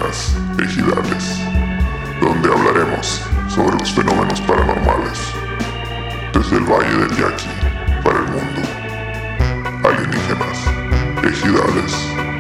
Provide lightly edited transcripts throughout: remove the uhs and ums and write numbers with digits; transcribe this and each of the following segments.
alienígenas ejidales, donde hablaremos sobre los fenómenos paranormales desde el Valle del Yaqui para el mundo. Alienígenas ejidales.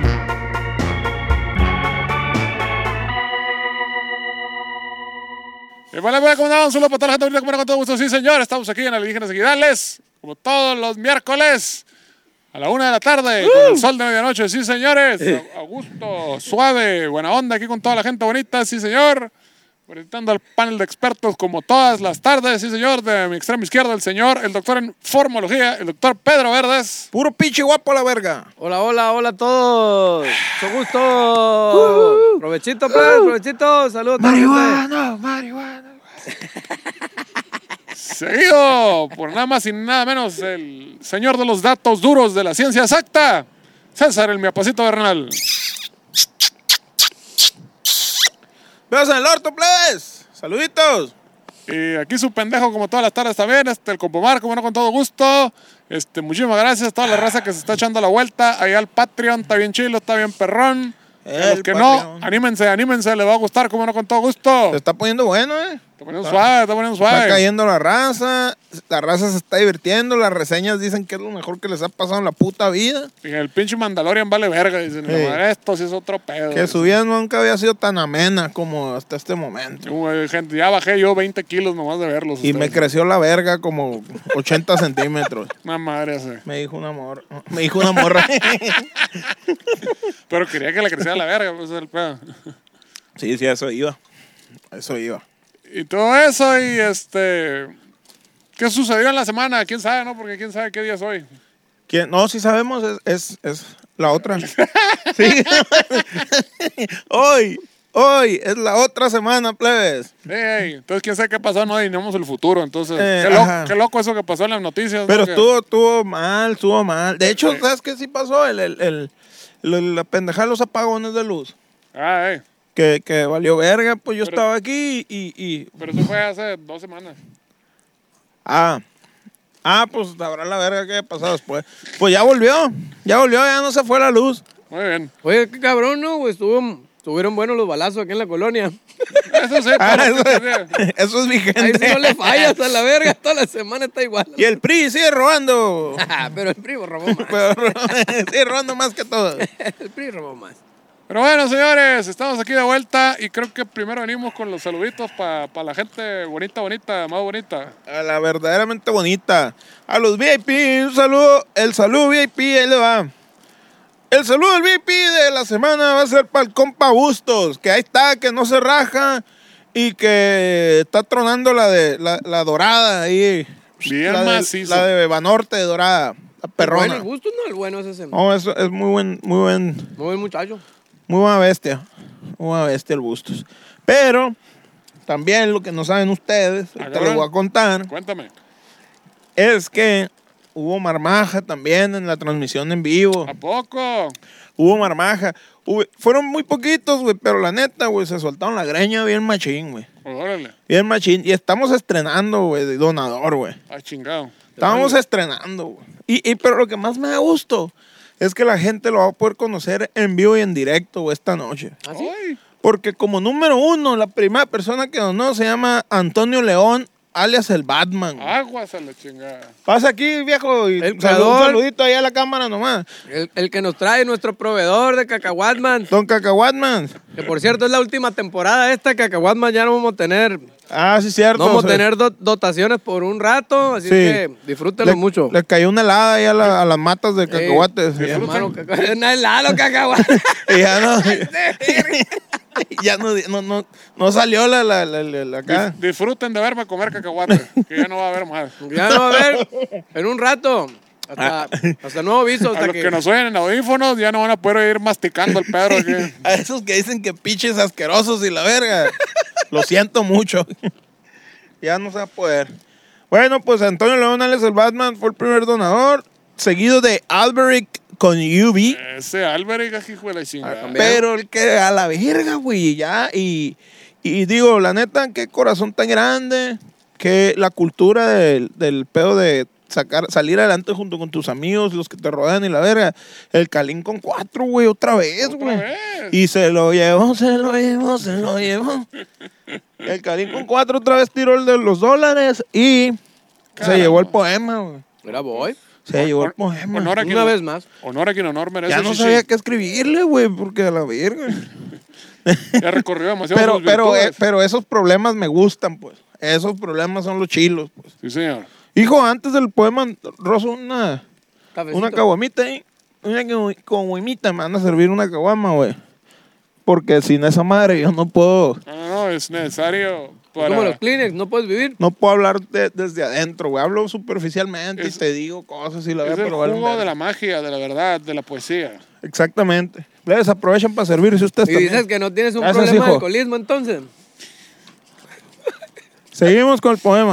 Vale, ¿cómo andamos? Un saludo para toda la gente bonita, con todo gusto. Sí, señor, estamos aquí en Alienígenas Ejidales, como todos los miércoles, a la 1 de la tarde, con el sol de medianoche. Sí, señores, a gusto, suave, buena onda, aquí con toda la gente bonita. Sí, señor, presentando al panel de expertos como todas las tardes. Sí, señor, de mi extremo izquierdo, el doctor en formología, el doctor Pedro Verdes. Puro pinche guapo a la verga. Hola, hola, hola a todos. Mucho gusto. Provechito, pues, provechito. Saludos. Marihuana. Seguido por nada más y nada menos el señor de los datos duros de la ciencia exacta, César, el miapacito Bernal. Veos en el orto, plebes. Saluditos. Y aquí su pendejo como todas las tardes también, el Compomar, como no, con todo gusto. Muchísimas gracias a toda la raza que se está echando la vuelta. Ahí al Patreon, está bien chilo, está bien perrón. A los que no, anímense, les va a gustar, como no, con todo gusto. Se está poniendo bueno, Está poniendo suave. Está cayendo la raza se está divirtiendo, las reseñas dicen que es lo mejor que les ha pasado en la puta vida. Y el pinche Mandalorian vale verga, dicen, Sí. Esto sí es otro pedo. Que su vida nunca había sido tan amena como hasta este momento. Gente, ya bajé yo 20 kilos nomás de verlos. Y me creció la verga como 80 centímetros. Una madre ese. Me dijo una morra. Pero quería que le creciera la verga, pues ese es el pedo. Sí, eso iba. Y todo eso, y ¿qué sucedió en la semana? ¿Quién sabe, no? Porque quién sabe qué día es hoy. No, sí sabemos, es la otra. Sí. Hoy es la otra semana, plebes. Hey, entonces quién sabe qué pasó, no adivinamos el futuro. Entonces, qué loco eso que pasó en las noticias. Pero ¿no? estuvo mal. De hecho, ¿sabes qué sí pasó? La pendejada de los apagones de luz. Que valió verga, pues yo estaba aquí y... Pero eso fue hace 2 semanas. Pues habrá la verga que haya pasado después. Pues ya volvió, ya no se fue la luz. Muy bien. Oye, qué cabrón, ¿no? Pues estuvieron buenos los balazos aquí en la colonia. Eso sí, eso es vigente. Ahí sí no le fallas a la verga, toda la semana está igual. Y el PRI sigue robando. Pero el PRI robó más. Sigue robando más que todo. El PRI robó más. Pero bueno, señores, estamos aquí de vuelta y creo que primero venimos con los saluditos para la gente bonita, más bonita. A la verdaderamente bonita. A los VIP, un saludo. El saludo VIP, ahí le va. El saludo del VIP de la semana va a ser para el compa Bustos, que ahí está, que no se raja y que está tronando la dorada ahí. Bien macizo. La de Banorte dorada. La perrona. Bueno, el gusto no es bueno ese. No, eso es muy buen muchacho. Muy buena bestia. Muy buena bestia el Bustos. Pero también lo que no saben ustedes, te lo voy a contar. Cuéntame. Es que hubo marmaja también en la transmisión en vivo. ¿A poco? Hubo marmaja. Fueron muy poquitos, güey, pero la neta, güey, se soltaron la greña bien machín, güey. Órale. Bien machín. Y estamos estrenando, güey, de donador, güey. Chingado. Estábamos estrenando, güey. Pero lo que más me da gusto es que la gente lo va a poder conocer en vivo y en directo, güey, esta noche. ¿Ah, sí? Porque como número 1, la primera persona que donó se llama Antonio León, alias el Batman. Aguas a la chingada. Pasa aquí, viejo, y un creador, saludito ahí a la cámara nomás. El que nos trae nuestro proveedor de Cacahuatman. Don Cacahuatman. Que por cierto es la última temporada esta, Cacahuatman ya no vamos a tener. Sí, cierto. No vamos a tener dotaciones por un rato, así que disfrútenlo mucho. Le cayó una helada ahí a las matas de cacahuates. Hermano, una helada, cacahuates. Y ya no salió la acá. Disfruten de verme comer cacahuate, que ya no va a haber más. Ya no va a haber en un rato. Hasta nuevo aviso. A los que nos oyen en audífonos ya no van a poder ir masticando el Pedro aquí. A esos que dicen que pinches asquerosos y la verga. Lo siento mucho. Ya no se va a poder. Bueno, pues Antonio León, alias el Batman, fue el primer donador. Seguido de Alberic con UV. Ese Alberic, hijo de la chingada. Pero el que a la verga, güey, ya. Y digo, la neta, qué corazón tan grande. Que la cultura del pedo de salir adelante junto con tus amigos, los que te rodean y la verga. El Calín con 4, güey, otra vez, güey. Y se lo llevó. El Calín con 4 otra vez tiró el de los dólares y se llevó el poema, güey. Era boy. Se llevó el poema. Honor a quien Una vez más. Honor a quien honor merece. Ya no Chichi. sabía qué escribirle, güey, porque a la verga. Ya recorrió demasiado sus virtudes. Pero esos problemas me gustan, pues. Esos problemas son los chilos, pues. Sí, señor. Hijo, antes del poema, rozo una Cafecito. caguamita ahí. Una caguamita, me van a servir una caguama, güey. Porque sin esa madre yo no puedo... No, es necesario para... Como los Kleenex, no puedes vivir. No puedo hablar desde adentro, güey. Hablo superficialmente y te digo cosas y la Es verdad, el pero valen jugo verga. de la magia, de la verdad, de la poesía. Exactamente. Les aprovechan para servirse ustedes Y también. dices que no tienes un Gracias, problema de hijo. alcoholismo, entonces. Seguimos con el poema.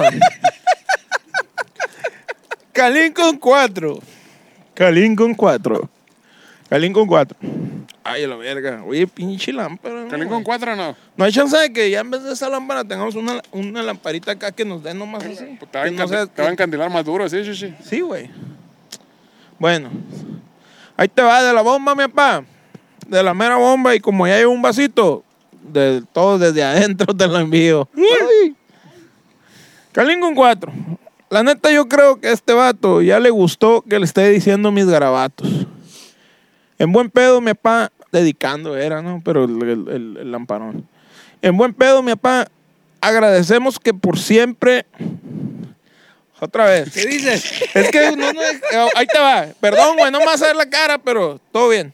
Calín con 4. Calín con 4. Calín con 4. Ay, la verga. Oye, pinche lámpara. ¿no, Calín güey? con 4 no. No hay chance de que ya en vez de esa lámpara tengamos una lamparita acá que nos dé nomás así. Pues te va a Que no sea- te va a encandilar más duro, sí, sí, sí. Sí, güey. Bueno. Ahí te va de la bomba, mi papá. De la mera bomba. Y como ya hay un vasito, de todo desde adentro te lo envío. Ay. Calín con 4. La neta, yo creo que a este vato ya le gustó que le esté diciendo mis garabatos. En buen pedo, mi papá, dedicando era, ¿no? Pero el lamparón. En buen pedo, mi papá, agradecemos que por siempre... Otra vez. ¿Qué dices? Es que ahí te va. Perdón, güey, no me vas a ver la cara, pero todo bien.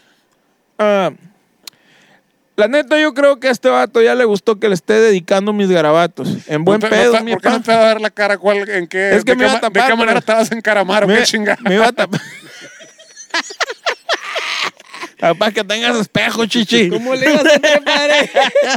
La neta, yo creo que a este vato ya le gustó que le esté dedicando mis garabatos. En buen pedo, mi ¿Por qué no papá. te va a ver la cara? ¿En qué, Es que me iba a ¿De tapar, qué manera pero- te vas a encaramar o qué chingada? Me iba a tapar. Capaz que tengas espejo, chichi. ¿Cómo le ibas a preparar?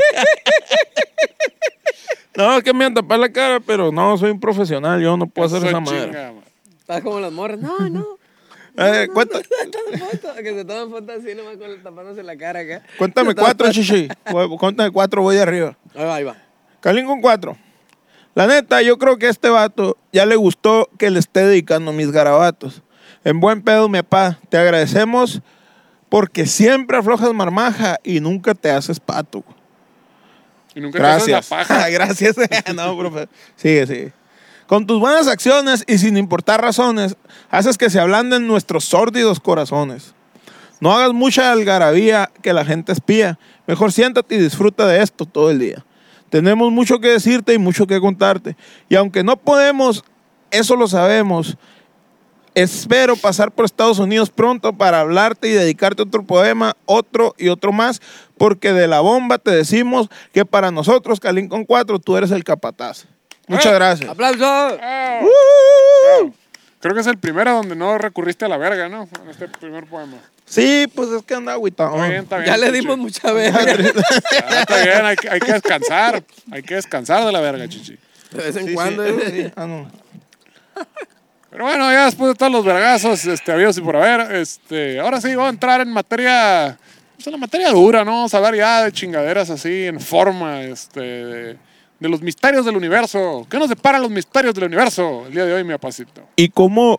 No, es que me iba a tapar la cara, pero no, soy un profesional. Yo no puedo hacer Eso esa chinga, madre. man. Estás como las morras. No, no. Cuenta- Que se toman fotos así nomás con tapándose la cara acá. Cuéntame 4, chichi. Cuéntame 4, voy de arriba. Ahí va, ahí va. Calín con 4. La neta, yo creo que a este vato ya le gustó que le esté dedicando mis garabatos. En buen pedo, mi papá, te agradecemos porque siempre aflojas marmaja y nunca te haces pato. Y nunca te haces Gracias. la paja. Gracias. No, profe. Sigue, sigue. Con tus buenas acciones y sin importar razones, haces que se ablanden nuestros sórdidos corazones. No hagas mucha algarabía que la gente espía. Mejor siéntate y disfruta de esto todo el día. Tenemos mucho que decirte y mucho que contarte. Y aunque no podemos, eso lo sabemos. Espero pasar por Estados Unidos pronto para hablarte y dedicarte otro poema, otro y otro más, porque de la bomba te decimos que para nosotros, Calín con 4, tú eres el capataz. Muchas gracias. ¡Aplausos! Ah, creo que es el primero donde no recurriste a la verga, ¿no? En este primer poema. Sí, pues es que anda agüitado. Está bien, está bien. Ya le chichi. dimos mucha verga. Está bien, hay que descansar. Hay que descansar de la verga, chichi. De vez en Sí, cuando. sí, ¿eh? sí. Ah, no. Pero bueno, ya después de todos los vergazos, habidos y por haber, ahora sí voy a entrar en materia, pues en la materia dura, ¿no? Vamos a hablar ya de chingaderas así, en forma, de los misterios del universo. ¿Qué nos deparan los misterios del universo el día de hoy, mi apacito? Y cómo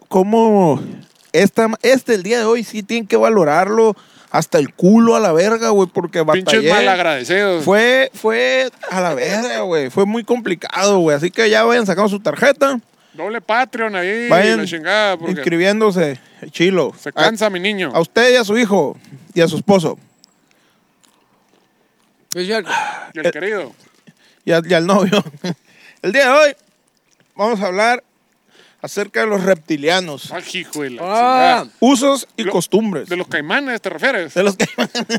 el día de hoy sí tienen que valorarlo hasta el culo a la verga, güey, porque Pinches batallé. malagradecidos. Fue a la verga, güey. Fue muy complicado, güey. Así que ya vayan sacando su tarjeta. Doble Patreon ahí, Vayan la chingada, porque inscribiéndose. Chilo. se cansa mi niño. A usted y a su hijo y a su esposo Es cierto. Y el querido. y al novio. El día de hoy vamos a hablar acerca de los reptilianos. Ay, hijo de la Ah, chingada. Usos y Lo- costumbres. ¿De los caimanes te refieres? De los que...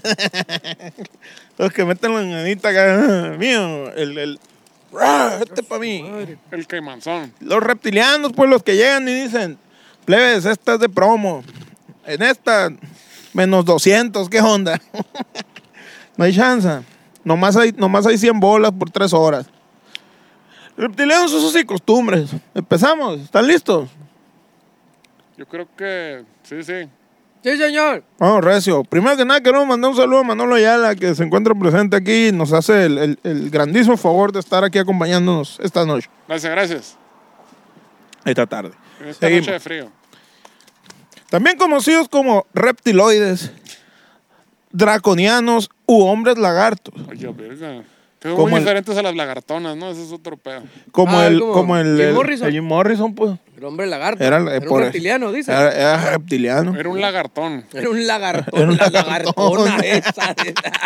los que meten la ñanita acá. Mío. Este para mí. El caimanzón. Los reptilianos, pues los que llegan y dicen, plebes, esta es de promo. En esta, menos 200, ¿qué onda? No hay chance. Nomás hay 100 bolas por 3 horas. Reptilianos, usos y costumbres. Empezamos. ¿Están listos? Yo creo que sí, sí. sí, señor. Vamos, recio. Primero que nada, queremos mandar un saludo a Manolo Ayala, que se encuentra presente aquí y nos hace el grandísimo favor de estar aquí acompañándonos esta noche. Gracias, gracias. Esta tarde. En esta Seguimos. noche de frío. También conocidos como reptiloides, draconianos u hombres lagartos. Oye, verga. Que son Como muy el- diferentes a las lagartonas, ¿no? Ese es otro pedo. Como Ah, el como Jim Morrison. el Jim Morrison, pues. El hombre lagarto. Era, Era un reptiliano, dice. Era reptiliano. Era un lagartón. Era un lagartón. Era un la lagartón. lagartona esa.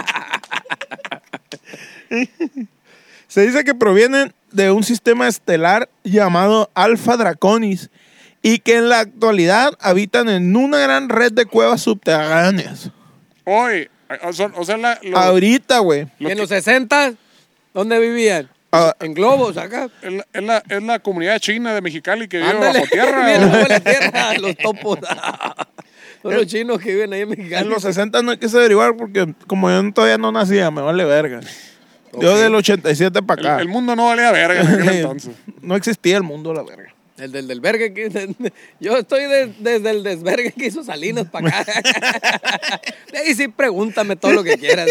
Se dice que provienen de un sistema estelar llamado Alpha Draconis y que en la actualidad habitan en una gran red de cuevas subterráneas. Hoy, o sea, Ahorita, güey. Y en los 60, ¿dónde vivían? Ah. En globos, acá. es la comunidad china de Mexicali que vive Ándale. bajo tierra. Viven bajo la tierra, los topos. Son los chinos que viven ahí en Mexicali. En los 60 no hay que averiguar porque como yo todavía no nacía, me vale verga. Yo Ok. del 87 para acá. El mundo no valía verga en aquel entonces. No existía el mundo, la verga. El del desvergue. Yo estoy desde el desvergue que hizo Salinas para acá. De ahí sí, pregúntame todo lo que quieras.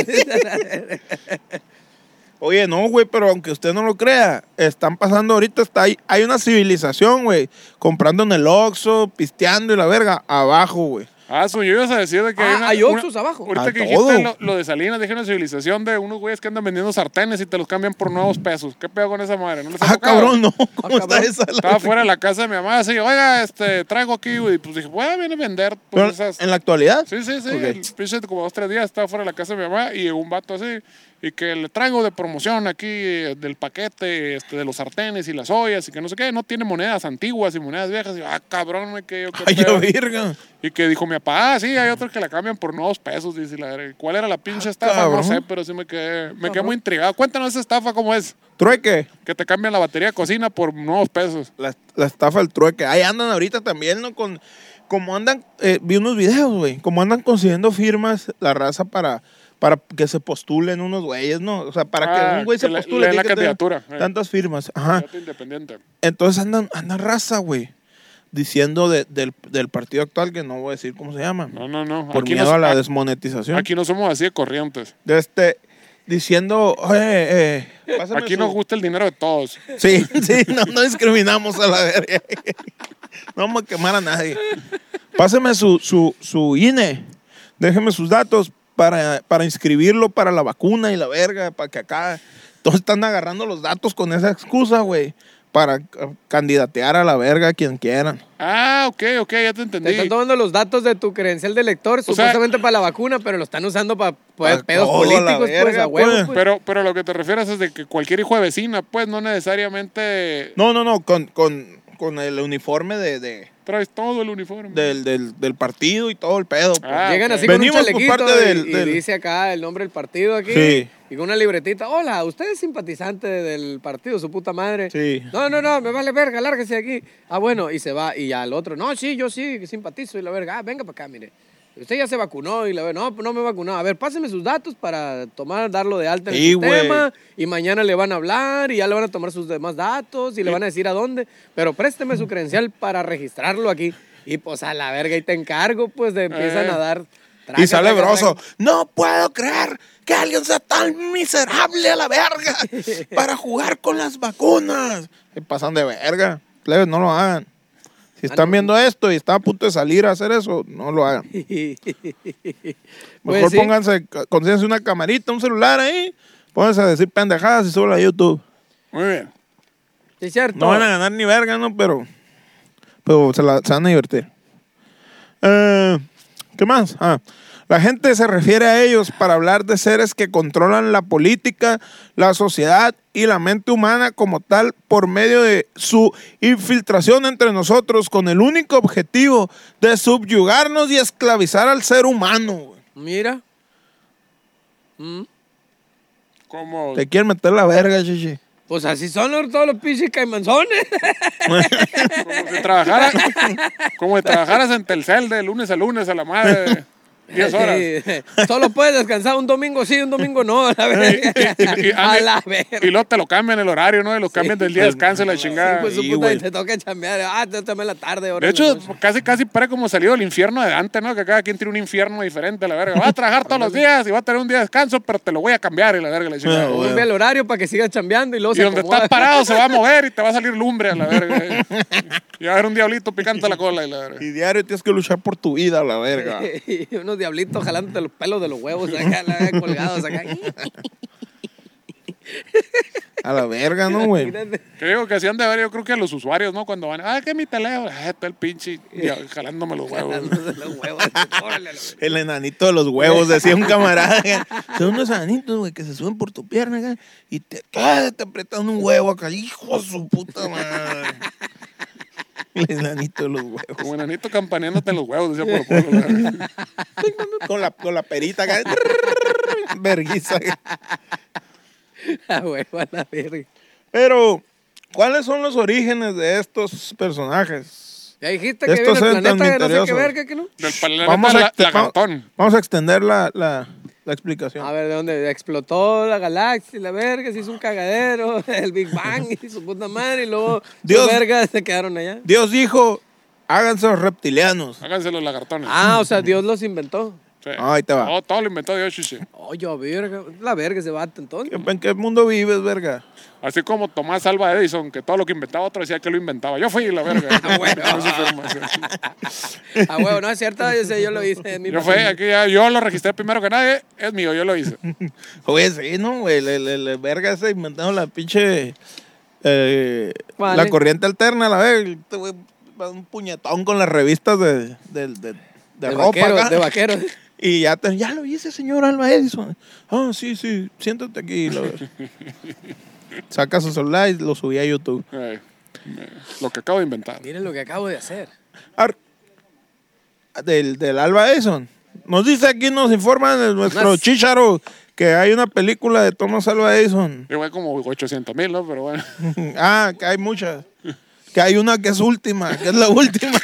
Oye, no, güey, pero aunque usted no lo crea, están pasando ahorita, hay una civilización, güey, comprando en el Oxxo, pisteando y la verga, abajo, güey. Yo ibas a decir de que Hay Oxxos abajo. Ahorita A que todo. dijiste lo de Salinas, dije una civilización de unos güeyes que andan vendiendo sartenes y te los cambian por nuevos pesos. ¿Qué pedo con esa madre? ¿No les ha tocado? Cabrón, no. ¿Cómo está cabrón. esa? Estaba fuera de la casa de mi mamá, así, oiga, traigo aquí, güey. Pues dije, bueno, viene a vender. Pero, Pues, esas... ¿en la actualidad? Sí. Ok. El pinche como 2 o 3 días estaba fuera de la casa de mi mamá y llegó un vato así. Y que le traigo de promoción aquí del paquete de los sartenes y las ollas y que no sé qué. No tiene monedas antiguas y monedas viejas. Y yo, cabrón, me quedé yo. qué Ay, pedo. yo, virga. Y que dijo mi papá, sí, hay otros que la cambian por nuevos pesos. Dice, ¿cuál era la pinche estafa? cabrón. No sé, pero sí me quedé muy intrigado. Cuéntanos esa estafa, ¿cómo es? Trueque. Que te cambian la batería de cocina por nuevos pesos. La estafa del trueque. Ahí andan ahorita también, ¿no? Como andan, vi unos videos, güey. Como andan consiguiendo firmas la raza para que se postulen unos güeyes, ¿no? O sea, para que un güey se que le postule. den la tiene que tener candidatura. Tantas firmas. Ajá. Candidato independiente. Entonces andan raza, güey, diciendo del partido actual, que no voy a decir cómo se llama, No. por miedo a la desmonetización. Aquí no somos así de corrientes. Diciendo, oye, pásame Aquí su- nos gusta el dinero de todos. Sí, no discriminamos a la verga. No vamos a quemar a nadie. Páseme su INE, déjeme sus datos para inscribirlo para la vacuna y la verga, para que acá todos están agarrando los datos con esa excusa, güey, para candidatear a la verga a quien quieran. Ok, ya te Te entendí. están tomando los datos de tu credencial de lector, supuestamente para la vacuna, pero lo están usando para Pa' pedos todo, la políticos, pues, verga, a huevo. pues. Pues. Pero lo que te refieres es de que cualquier hijo de vecina, pues, no necesariamente No, con el uniforme traes todo el uniforme. del partido y todo el pedo. Pues. Llegan ok. así con Venimos un por chalequito parte y dice acá el nombre del partido aquí. Sí. Y con una libretita. Hola, ¿usted es simpatizante del partido, su puta madre? Sí. No, me vale verga, lárguese de aquí. Bueno, y se va. Y al otro, no, sí, yo sí, simpatizo y la verga. Venga para acá, mire. Usted ya se vacunó y la verga. No me vacunó. A ver, páseme sus datos para darlo de alta en el Sí, sistema. Y mañana le van a hablar y ya le van a tomar sus demás datos y le van a decir a dónde. Pero présteme su credencial para registrarlo aquí. Y pues a la verga, y te encargo, pues, de empiezan a dar... Y sale broso. No puedo creer que alguien sea tan miserable a la verga para jugar con las vacunas. Se pasan de verga. Plebes, no lo hagan. Si están viendo esto y están a punto de salir a hacer eso, no lo hagan. Mejor Pues sí. consíguense una camarita, un celular ahí, pónganse a decir pendejadas y suban a YouTube. Muy bien. Sí, cierto. No van a ganar ni verga, ¿no? Pero se van a divertir. ¿Qué más? La gente se refiere a ellos para hablar de seres que controlan la política, la sociedad y la mente humana como tal por medio de su infiltración entre nosotros con el único objetivo de subyugarnos y esclavizar al ser humano. Güey. Mira. Como Te quieren meter la verga, chichi. Pues así son todos los pinches caimanzones. si trabajaras en Telcel de lunes a lunes a la madre. 10 horas. Solo puedes descansar un domingo sí, un domingo no. La verga. A la verga. Y luego te lo cambian el horario, ¿no? Y lo cambian del día de descanso y la chingada. Pues su Sí, puta, güey. y te toca chambear. Te toca en la tarde. De hecho, casi parece como salido del infierno de Dante, ¿no? Que cada quien tiene un infierno diferente, la verga. Vas a trabajar todos los días y vas a tener un día de descanso, pero te lo voy a cambiar y la verga, la chingada. güey. cambia el horario para que sigas chambeando y luego Y se donde acomoda. estás parado se va a mover y te va a salir lumbre a la verga. Y va a haber un diablito picante la cola y la verga. Y diario tienes que luchar por tu vida, la verga. Y unos diablitos jalándote los pelos de los huevos acá, colgados acá. A la verga, ¿no, güey? Que digo que hacían de ver, yo creo que a los usuarios, ¿no? Cuando van, que mi teléfono, está el pinche jalándome los huevos. Jalándose los huevos. Órale, El enanito de los huevos, decía un camarada. Son unos enanitos, güey, que se suben por tu pierna acá y te apretan un huevo acá. Hijo de su puta madre. El enanito de los huevos. Como enanito campaneándote en los huevos, decía por Polo. Con la perita acá. Verguiza. a huevo, a la verga. Pero, ¿cuáles son los orígenes de estos personajes? Ya dijiste De que viene el estos seres tan planeta de no sé qué misteriosos. verga, ¿que no? Del planeta Vamos lagartón. vamos a extender la explicación. A ver, ¿de dónde? Explotó la galaxia, la verga, se hizo un cagadero, el Big Bang y su puta madre, y luego Dios. sus vergas se quedaron allá. Dios dijo, háganse los reptilianos. Háganse los lagartones. Ah, o sea, Dios los inventó. Sí. Ahí te va. Todo lo inventó Dios, chiche. Oye, verga, la verga se bate entonces. ¿En qué mundo vives, verga? Así como Tomás Alva Edison, que todo lo que inventaba otro decía que lo inventaba. Yo fui la verga. Bueno. Con esa información. Ah, huevo, no es cierto, yo lo hice. en mi Yo fui, aquí ya, yo lo registré primero que nadie, es mío, yo lo hice. Oye, sí, ¿no, güey? El verga ese inventaron la pinche... Vale. La corriente alterna, la verga. Este güey va un puñetón con las revistas de De ropa vaquero, acá. de vaquero. Y ya lo hice, señor Alba Edison. Ah, sí, siéntate aquí. Saca su celular y lo subí a YouTube. Lo que acabo de inventar. Miren lo que acabo de hacer. Del Alba Edison. Nos dice aquí, nos informa de nuestro Más. chícharo que hay una película de Thomas Alva Edison. Igual como 800,000, ¿no? Pero bueno. Ah, que hay muchas. Que hay una que es última, que es la última.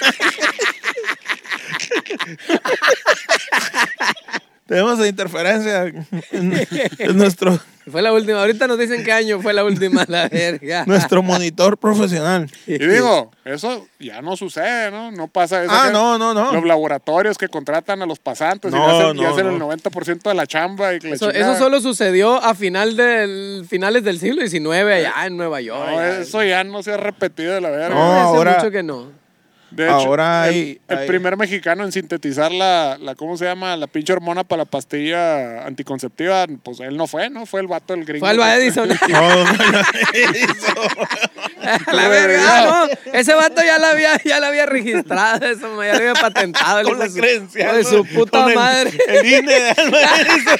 Tenemos interferencia en nuestro Fue la última. Ahorita nos dicen qué año fue la última, la verga. monitor profesional. Y digo, eso ya no sucede, ¿no? No pasa eso. Ah, que no. Los laboratorios que contratan a los pasantes y hacen el 90% de la chamba. Y que la Eso chingada. solo sucedió a finales del siglo XIX allá en Nueva York. No, allá. eso ya no se ha repetido de la verga. No, Hace ahora- mucho que no. De hecho, ahora el primer mexicano en sintetizar la ¿cómo se llama? La pinche hormona para la pastilla anticonceptiva, pues él no fue, ¿no? Fue el vato del gringo. Fue Alba Edison. No, La verga, no. Ese vato ya la había registrado, eso, ya la había patentado. el con hijo la de su- credencial. de su ¿no? puta Con el- madre. El INE de Alba Edison.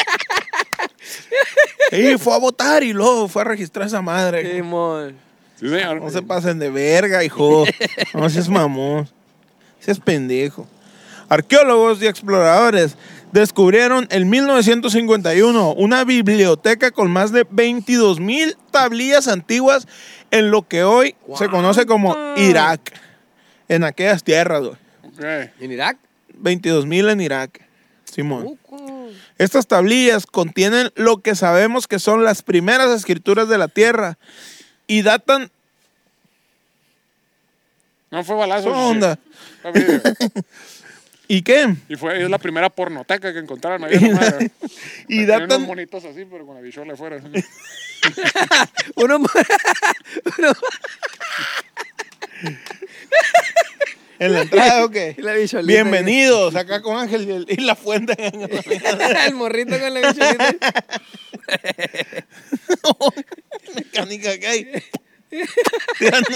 Y fue a votar y luego fue a registrar esa madre. Simón. Sí, señor. No se pasen de verga, hijo. No seas mamón. Seas pendejo. Arqueólogos y exploradores descubrieron en 1951 una biblioteca con más de 22,000 tablillas antiguas en lo que hoy se conoce como Irak. En aquellas tierras, güey. Ok. ¿En Irak? 22,000 en Irak. Simón. Estas tablillas contienen lo que sabemos que son las primeras escrituras de la tierra y datan... No fue balazo. ¿Qué onda? Fue video. ¿Y qué? Y es la primera pornoteca que encontraron ahí. en la madre. Y Tiene datan... unos monitos así, pero con la bichola afuera. Uno, En la entrada, ok. Y la bicholita. Bienvenidos acá con Ángel y la fuente. el morrito con la bicholita. Mecánica que hay. Tirando.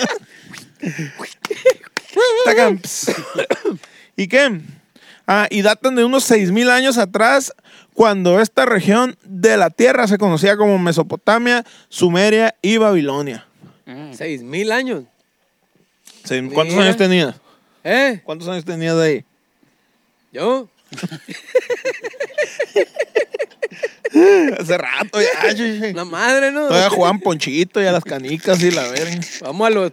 Tacan, ps. ¿Y qué? Ah, y datan de unos 6,000 años atrás, cuando esta región de la tierra se conocía como Mesopotamia, Sumeria y Babilonia. 6,000 años. ¿Cuántos Mira. años tenías? ¿Cuántos años tenías de ahí? ¿Yo? Hace rato ya, chichi. La madre, ¿no? Todavía jugaban ponchito y a las canicas y la verga. Vamos a los...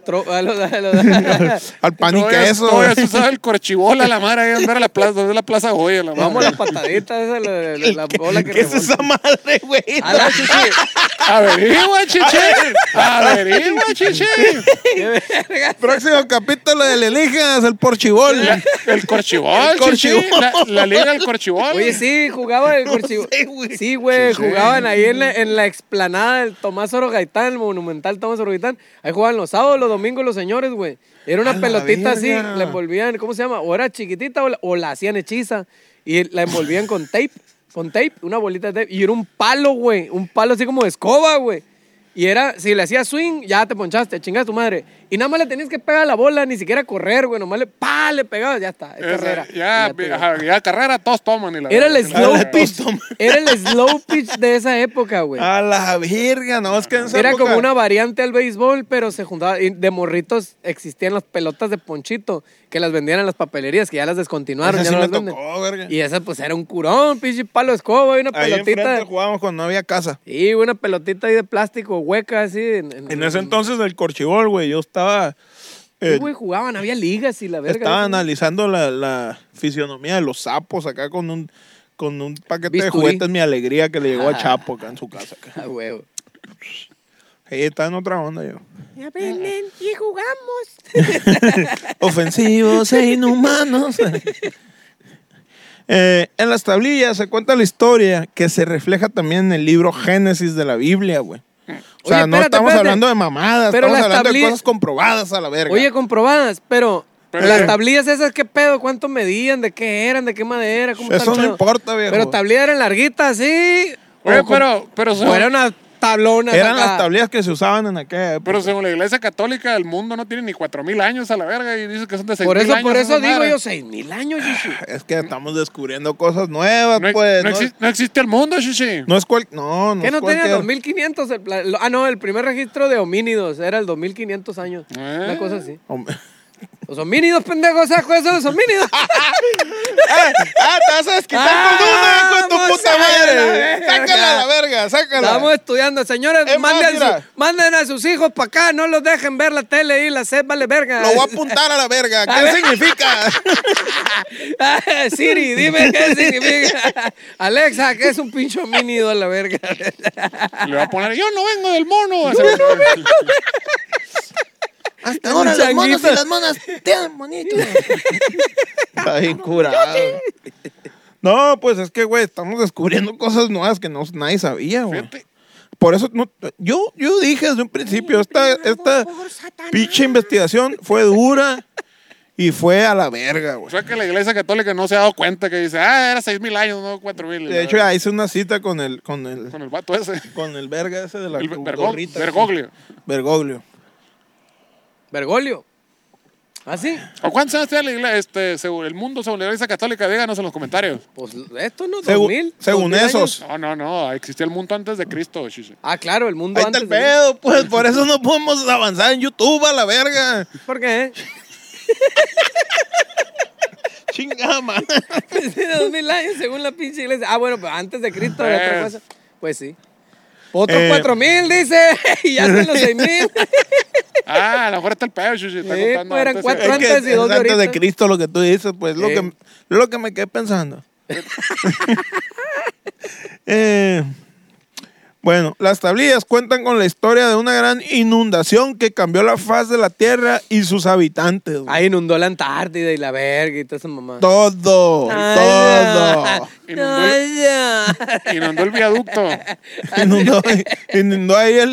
Al pan y queso. Todavía se usaba el corchibola, la madre, ahí andar a la plaza, donde es la Plaza Goya, la madre. Vamos a la patadita esa, la bola que ¿Qué es esa madre, güey? A la chichi. Averigua, chiche. Averigua, chiche. Qué verga. Próximo capítulo de Alienígenas, el porchibol. El corchibol, chiche. La liga del corchibol. Oye, sí, jugaba el corchivo. Sí, güey, jugaban ahí en la explanada del Tomás Oro Gaitán, el monumental Tomás Oro Gaitán. Ahí jugaban los sábados, los domingos, los señores, güey. Era una pelotita así, la envolvían, ¿cómo se llama? O era chiquitita o la hacían hechiza. Y la envolvían con tape, una bolita de tape. Y era un palo, güey, un palo así como de escoba, güey. Y era, si le hacías swing, ya te ponchaste, chingas tu madre. Y nada más le tenías que pegar a la bola, ni siquiera correr, güey. Nomás le pegabas, ya está, es carrera. Ya carrera todos toman. Y la era el verdad. slow pitch. Era el slow pitch de esa época, güey. A la virga, no, es que en esa Era época... como una variante al béisbol, pero se juntaba. Y de morritos existían las pelotas de ponchito que las vendían en las papelerías, que ya las descontinuaron. Esa Ya sí no me las venden. tocó, verga. Y esa, pues, era un curón, pinche palo de escoba y una Ahí pelotita. enfrente jugábamos cuando no había casa. Y una pelotita ahí de plástico hueca, así. En ese entonces del corchibol, güey, yo estaba... Sí, güey, jugaban, había ligas y la verga. Estaba ¿sí? analizando la fisionomía de los sapos acá con un paquete de Bisturí. juguetes, mi alegría que le llegó a Chapo acá en su casa. Acá. Ah, huevo. Está en otra onda yo. Ya ven, y jugamos. Ofensivos e inhumanos. En las tablillas se cuenta la historia que se refleja también en el libro Génesis de la Biblia, güey. O sea, Oye, no espérate, estamos espérate. hablando de mamadas, Pero estamos las hablando de tablillas- cosas comprobadas a la verga. Oye, comprobadas, pero Pero- las tablillas esas, ¿qué pedo? ¿Cuánto medían? ¿De qué eran? ¿De qué madera? ¿Cómo está eso el no pedo? importa, viejo. Pero tablillas eran larguitas, ¿sí? Oye, O como- pero o era una tablona. Eran acá. las tablillas que se usaban en aquella época. Pero según la iglesia católica, el mundo no tiene ni 4,000 años a la verga y dice que son de 6,000 Por años. eso esa digo madre. yo, 6,000 años, Yishi. Es que estamos descubriendo cosas nuevas, No, pues. no existe el mundo, Shishi. No es no ¿Qué es no tenía cualquier... 2500? No, el primer registro de homínidos era el 2500 años. Una cosa así. Hombre. Los homínidos, pendejos, saco eso, los homínidos. Te vas a desquitar con una, con tu Vamos puta a la madre. verga. Sácala a la verga, sácala. Estamos estudiando, señores, Es más, mira. manden a sus hijos para acá, no los dejen ver la tele y la sed, vale verga. Lo voy a apuntar a la verga. A ¿Qué ver. significa? Siri, dime qué significa. Alexa, ¿qué es un pinche homínido a la verga? Le va a poner, yo no vengo del mono. Hasta ahora los monos y las monas tienen bonito. Está bien curado. No, pues es que, güey, estamos descubriendo cosas nuevas que nadie sabía, güey. Fíjate. Por eso, yo dije desde un principio, esta pinche investigación fue dura y fue a la verga, güey. O sea que la iglesia católica no se ha dado cuenta que dice, era 6,000 años, no 4,000. De hecho, ya hice una cita con el Con el vato ese. verga ese de la El gorrita. Bergoglio. Bergoglio. Bergoglio. ¿Ah, sí? ¿O cuántos años tiene la iglesia, según el mundo según la iglesia católica? Díganos en los comentarios. Pues esto no, Según 2000. según 2000 esos. años. No, existía el mundo antes de Cristo, Shishi. Ah, claro, el mundo Ahí está antes el de... pedo, pues, por eso no podemos avanzar en YouTube a la verga. ¿Por qué? Chingada, man. Tiene 2000 años según la pinche iglesia. Ah, bueno, pero antes de Cristo era otra Pues. cosa. Pues sí. Otros 4,000, dice. Y ya están los 6,000. A lo mejor está el pedo, Shishi. Está Sí, contando pues, eran antes, 4 Es que antes y es dos de antes de ahorita. Cristo lo que tú dices, pues, Sí. lo que me quedé pensando. Bueno, las tablillas cuentan con la historia de una gran inundación que cambió la faz de la Tierra y sus habitantes. güey. Ahí inundó la Antártida y la verga y toda esa mamá. Todo. Inundó el viaducto. Inundó ahí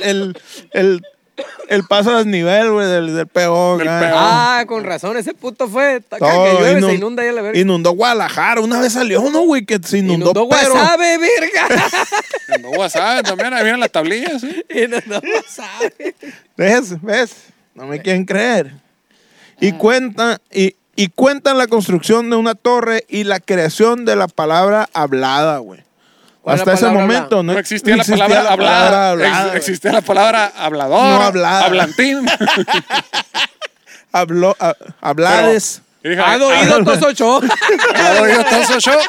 el paso a desnivel, güey, del peor. Del ah. peor. Ah, con razón, ese puto fue. Cada Todo, que llueve se inunda ya la verga. Inundó Guadalajara. Una vez salió uno, güey, que se inundó, pero... Wasabe, verga. Inundó WhatsApp también. Ahí vienen las tablillas, ¿sí? Inundó Wasabe. ¿Ves? No me quieren creer. Y cuentan la construcción de una torre y la creación de la palabra hablada, güey. ¿Cuál es la Hasta ese palabra momento No existía la palabra hablada. Existía la palabra hablador. No hablada. Hablantín. Hablades. Hija, ¿Ha oído Tosocho? ¿ha oído todo eso yo?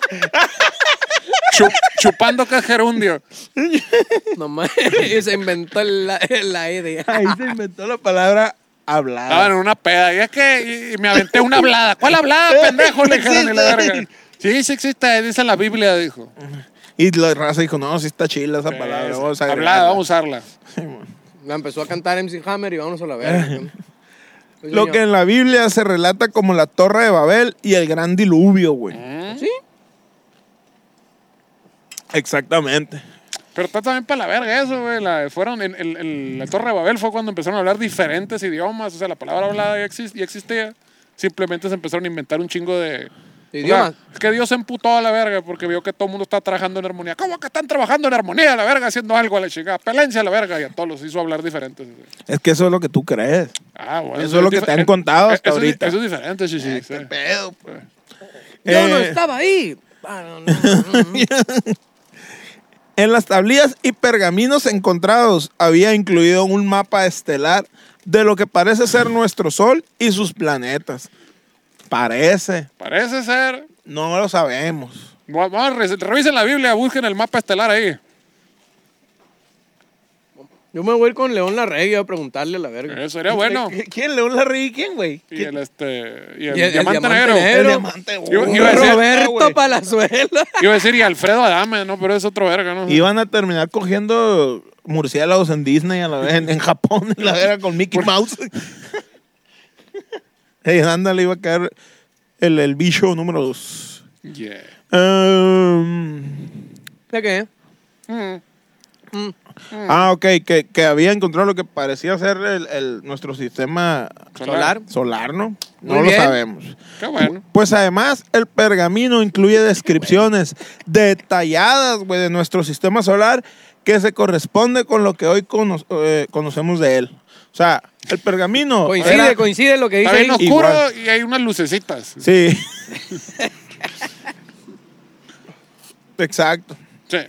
Chupando cajerundio. No mames, se inventó la E. Ahí se inventó la palabra hablada. Estaban en una peda. Y es que y me aventé una hablada. ¿Cuál hablada, pendejo? Le dijeron y la verga. Sí, sí existe, dice la Biblia, dijo. Y la raza dijo, no, sí está chila esa palabra. Vamos a hablada, vamos a usarla. La empezó a cantar MC Hammer y vámonos a la verga. Pues, Lo señor. que en la Biblia se relata como la Torre de Babel y el gran diluvio, güey. ¿Sí? Exactamente. Pero está también para la verga eso, güey. Fueron en la Torre de Babel fue cuando empezaron a hablar diferentes idiomas. O sea, la palabra hablada ya existía. Simplemente se empezaron a inventar un chingo de ¿Idiomas? O sea, es que Dios se emputó a la verga porque vio que todo el mundo está trabajando en armonía. ¿Cómo que están trabajando en armonía a la verga, haciendo algo a la chingada? Pelense a la verga, y a todos los hizo hablar diferentes. Es que eso es lo que tú crees. Ah, bueno. Eso es lo que te han contado hasta ahorita. Eso es diferente, sí, sí. ¿Qué pedo? Yo no estaba ahí. Ah, no. En las tablillas y pergaminos encontrados había incluido un mapa estelar de lo que parece ser nuestro Sol y sus planetas. Parece. Parece ser. No lo sabemos. Vamos, revisen la Biblia, busquen el mapa estelar ahí. Yo me voy a ir con León Larregui a preguntarle a la verga. Eso sería bueno. ¿Quién? ¿León Larregui? ¿Quién, güey? Y el Y el diamante negro. El diamante. Iba a decir- Roberto güey. Palazuela. Iba a decir, y Alfredo Adame, ¿no? Pero es otro verga, ¿no? Iban a terminar cogiendo murciélagos en Disney, a la vez, en Japón, en la verga, con Mickey Mouse. Hey, ándale, iba a caer el bicho número 2. Yeah. ¿De qué? Ok, que había encontrado lo que parecía ser nuestro sistema solar, ¿no? No Muy lo bien. sabemos. Qué bueno. Pues además, el pergamino incluye descripciones detalladas, güey, de nuestro sistema solar que se corresponde con lo que hoy conocemos de él. O sea, el pergamino... Coincide lo que Está dice bien ahí. oscuro igual. y hay unas lucecitas. Sí. Exacto. Sí.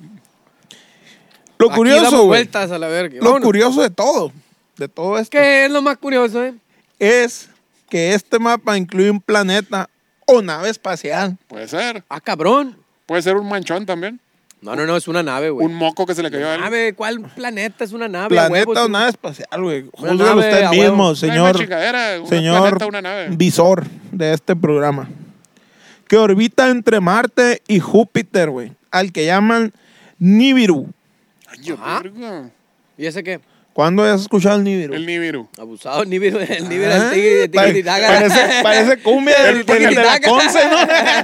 Lo Aquí curioso, damos güey, vueltas a la verga. lo Vámonos. curioso de todo esto, ¿Qué es lo más curioso, es que este mapa incluye un planeta o nave espacial. Puede ser. Ah, cabrón. Puede ser un manchón también. No, es una nave, güey. Un moco que se le cayó a él. Nave, ¿cuál planeta es una nave? Planeta A huevo, o nave espacial, güey. Una Júzguelo nave, usted a mismo, huevo. No hay señor, más chingadera, un señor planeta, una nave. visor de este programa. Que orbita entre Marte y Júpiter, güey. Al que llaman Nibiru. Ay, yo, Ajá. verga. ¿Y ese qué? ¿Cuándo has escuchado el Nibiru? El Nibiru. Abusado, el Nibiru Ah, del tigre, parece cumbia de la Conce, ¿no?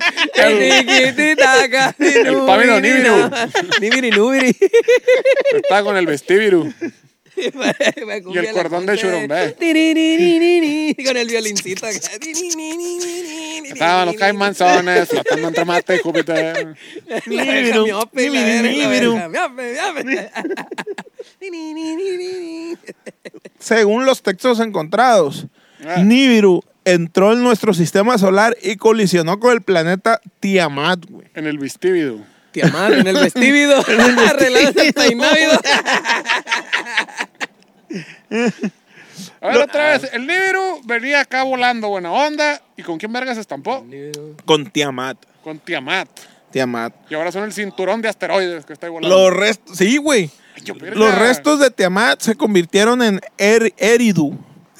El pávido Nibiru. Nibiri, nubiri. Está con el vestibiru. Y el cordón de Churumbé. Con el violincito acá. Estaban los caimanzones flotando entre Marte y Júpiter. Nibiru, Nibiru. Según los textos encontrados, Ah. Nibiru entró en nuestro sistema solar y colisionó con el planeta Tiamat, güey. En el vestíbido. Tiamat, en el vestíbido. Arreglándose el peinávido. A ver, otra vez. El Nibiru venía acá volando buena onda. ¿Y con quién verga se estampó? Con Tiamat. Con Tiamat. Tiamat. Y ahora son el cinturón de asteroides que está ahí volando. Los restos, sí, güey. Ay, yo, verga. Los restos de Tiamat se convirtieron en Eridu.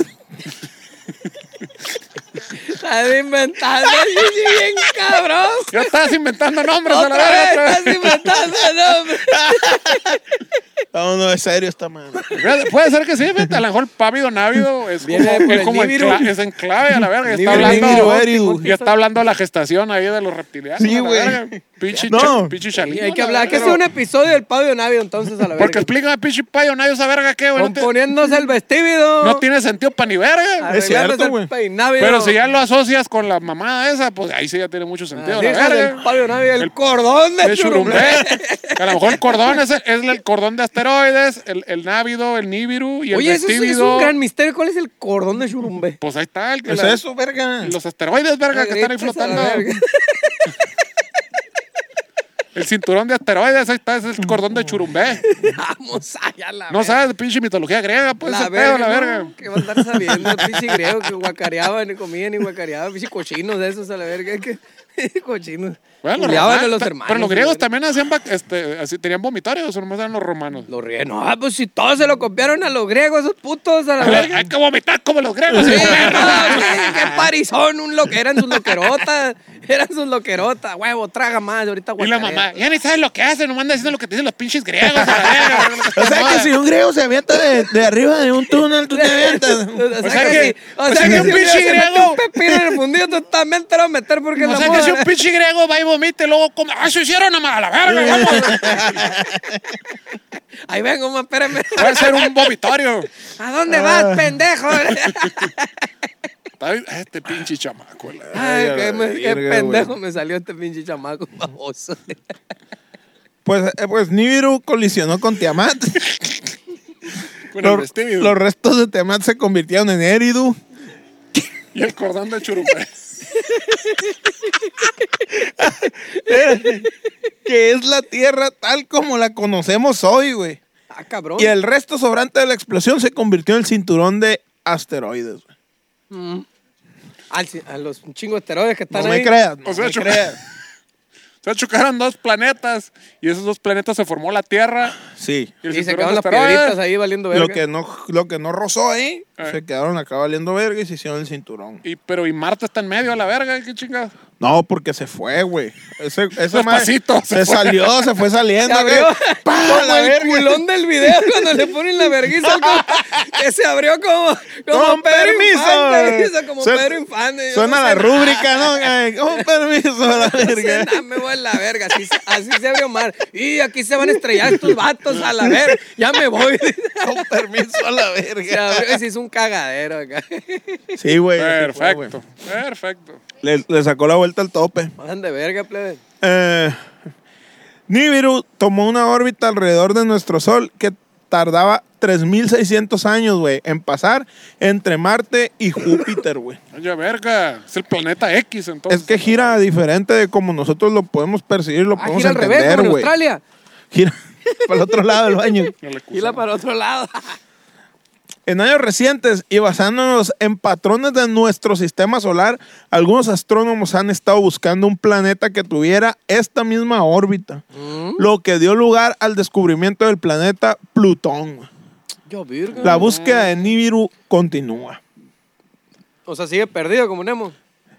Estás inventando, bien cabrón. Ya estás inventando nombres a la Otra vez verga. estás inventando nombres. No, es serio esta madre. Puede ser que sí, fíjate, a lo mejor pávido návido es Viene como, por es el como Nibiru. es en clave a la verga. Y está Nibiru, hablando, Eridu. y está hablando de la gestación ahí de los reptilianos. Sí, a la güey. verga. Pichi, No. pichi Y chalino, hay que la hablar, hay que verga. hacer un episodio del Pablo Navio entonces a la Porque verga. explícame, pichi payo, nadie esa verga qué, güey. Componiéndose el vestíbido. No tiene sentido pa' ni verga. Es cierto, Arreglándose güey. el peinávido. Pero si ya lo asocias con la mamada esa, pues ahí sí ya tiene mucho sentido, la Del verga. Pablo Navio, el cordón de De Churumbé. Churumbé. Que a lo mejor el cordón es el cordón de asteroides, el návido, el Nibiru y el Oye, eso es vestíbido. un gran misterio. ¿Cuál es el cordón de Churumbé? Pues ahí está. ¿Qué es eso, verga? Los asteroides, verga, que están ahí Gritos a la flotando. verga. El cinturón de asteroides, ahí está, es el cordón de Churumbé. Vamos allá, la No verga. sabes de pinche mitología griega, pues La el pedo, la verga, verga. ¿no? Que va a andar sabiendo, pinche griego que guacareaban y comían y guacareaban, pinche cochinos de esos a la verga, que cochinos. Bueno, Culeaban romanos, a los hermanos. pero los y griegos la verga. también hacían, así, tenían vomitorios, o nomás eran los romanos. Los griegos, no, pues si todos se lo copiaron a los griegos, esos putos a la verga. Hay que vomitar como los griegos. Sí, hijo de perra. no, sí, qué parizón, eran sus loquerotas, huevo, traga más, ahorita Y la guacarea. mamá, ya ni sabes lo que hacen, nomás anda diciendo lo que te dicen los pinches griegos. A la verga, O sea que si un griego se avienta de arriba de un túnel, tú te avientas. O sea que- o o sea sea que que un si un pinche griego se mete griego- un pepino en el fundido, tú también te lo vas a meter porque O la sea que si un pinche griego va y vomita y luego come, ¡ah, se hicieron a la verga! Vamos. Ahí vengo, man, espérame. Va a ser un vomitorio. ¿A dónde vas, pendejo? Este pinche chamaco. La... Ay, a la qué verga, pendejo güey. me salió este pinche chamaco baboso. Pues Nibiru colisionó con Tiamat. Con el Los, vestido. los restos de Tiamat se convirtieron en Eridu. Y el cordón de Churumbé. Que es la Tierra tal como la conocemos hoy, güey. Ah, cabrón. Y el resto sobrante de la explosión se convirtió en el cinturón de asteroides, güey. A los chingos de esteroides que están No ahí. me creas, no O sea, me creas. Se chocaron dos planetas y esos dos planetas se formó la Tierra. Sí. Y, el Y se cinturón quedaron las de asteroides. piedritas ahí valiendo verga. Lo que no rozó ahí, Eh. se quedaron acá valiendo verga y se hicieron el cinturón. Pero Marte está en medio a la verga, qué chingada. No, porque se fue, güey. Ese Despacito, se salió, se fue saliendo. Se abrió güey. ¡Pah! como La el verga. culón del video cuando le ponen la vergüenza que se abrió como Con Pedro permiso. Infante, hizo como Suena- Pedro Infante. Yo Suena no la sé rúbrica, ¿no? Ay, con permiso, la nada, no sé verga. nada, me voy a la verga, así se abrió mal. Y aquí se van a estrellar estos vatos a la verga, ya me voy. Con permiso a la Se verga. abrió y se hizo un cagadero acá. Sí, güey. así fue, güey. Perfecto, perfecto. Le sacó la vuelta al tope. Pasan de verga, plebe. Nibiru tomó una órbita alrededor de nuestro Sol que tardaba 3.600 años, güey, en pasar entre Marte y Júpiter, güey. Oye, verga, es el planeta X, entonces. Es que gira diferente de como nosotros lo podemos percibir, lo podemos Gira al revés, entender, como en güey. Australia. Gira para el otro lado del baño. No le acusan. Gira para otro lado. En años recientes y basándonos en patrones de nuestro sistema solar, algunos astrónomos han estado buscando un planeta que tuviera esta misma órbita, lo que dio lugar al descubrimiento del planeta Plutón. Yo, virga. La búsqueda de Nibiru continúa. O sea, sigue perdido como Nemo.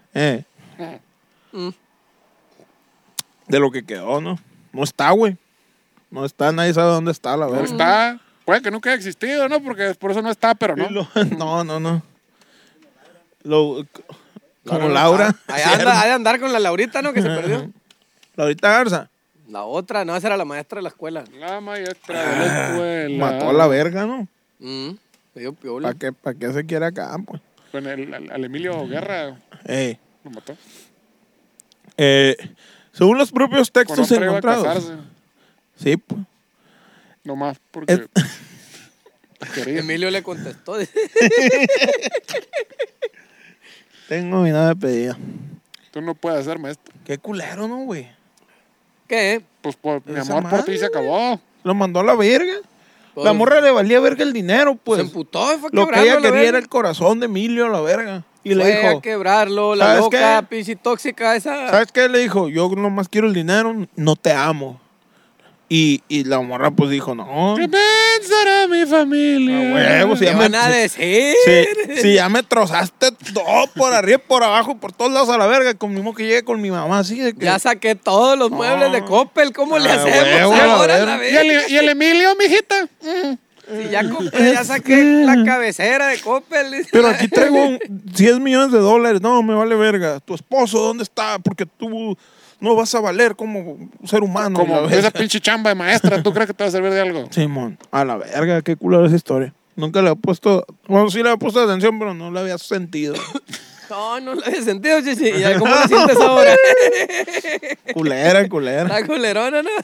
De lo que quedó, ¿no? No está, güey. No está, nadie sabe dónde está, la No verdad. está. Puede que nunca haya existido, ¿no? Porque por eso no está, pero no. No. Como Laura. Laura. Ahí anda, ha de andar con la Laurita, ¿no? Que se perdió. Laurita Garza. La otra, no, esa era la maestra de la escuela. La maestra de la escuela. Mató a la verga, ¿no? Me dio piola. ¿Para qué se quiere acá, pues? Con al Emilio Guerra lo mató. Según los propios Con textos otra iba a encontrados. casarse. Sí, pues. Nomás porque quería. Emilio le contestó. Tengo mi nave pedida. Tú no puedes hacer maestro. Qué culero, ¿no, güey? ¿Qué? Pues mi Esa amor por ti madre, se acabó. Lo mandó a la verga. Pues, La morra le valía verga el dinero, pues. se emputó y fue a Lo que quebrarlo. ella la quería verga. era el corazón de Emilio a la verga. Y Fue le a dijo, quebrarlo, la ¿sabes loca, qué? pinche tóxica esa. ¿sabes qué? Le dijo, yo nomás quiero el dinero, no te amo. Y la morra pues dijo, no. ¿Qué pensará mi familia? A huevo, sí. ¿Qué ya van me- a decir? Si ya me trozaste todo por arriba, por abajo, por todos lados a la verga, con mismo que llegue con mi mamá, así de que... Ya saqué todos los muebles de Coppel. ¿Cómo le Ah, hacemos huevo, ahora, a ver. la ¿Y verga? el Emilio, mijita? Si ya compré, ya saqué la cabecera de Coppel. Pero aquí traigo 10 millones de dólares. No, me vale verga. ¿Tu esposo dónde está? Porque tú no vas a valer como ser humano. Como la verga. esa pinche chamba de maestra, ¿tú crees que te va a servir de algo? Simón, a la verga, qué culo esa historia. Nunca le he puesto... Bueno, sí le he puesto atención, pero no le había sentido. No lo había sentido, chichi. ¿Y ya cómo lo sientes ahora? Culera. La culerona, ¿no?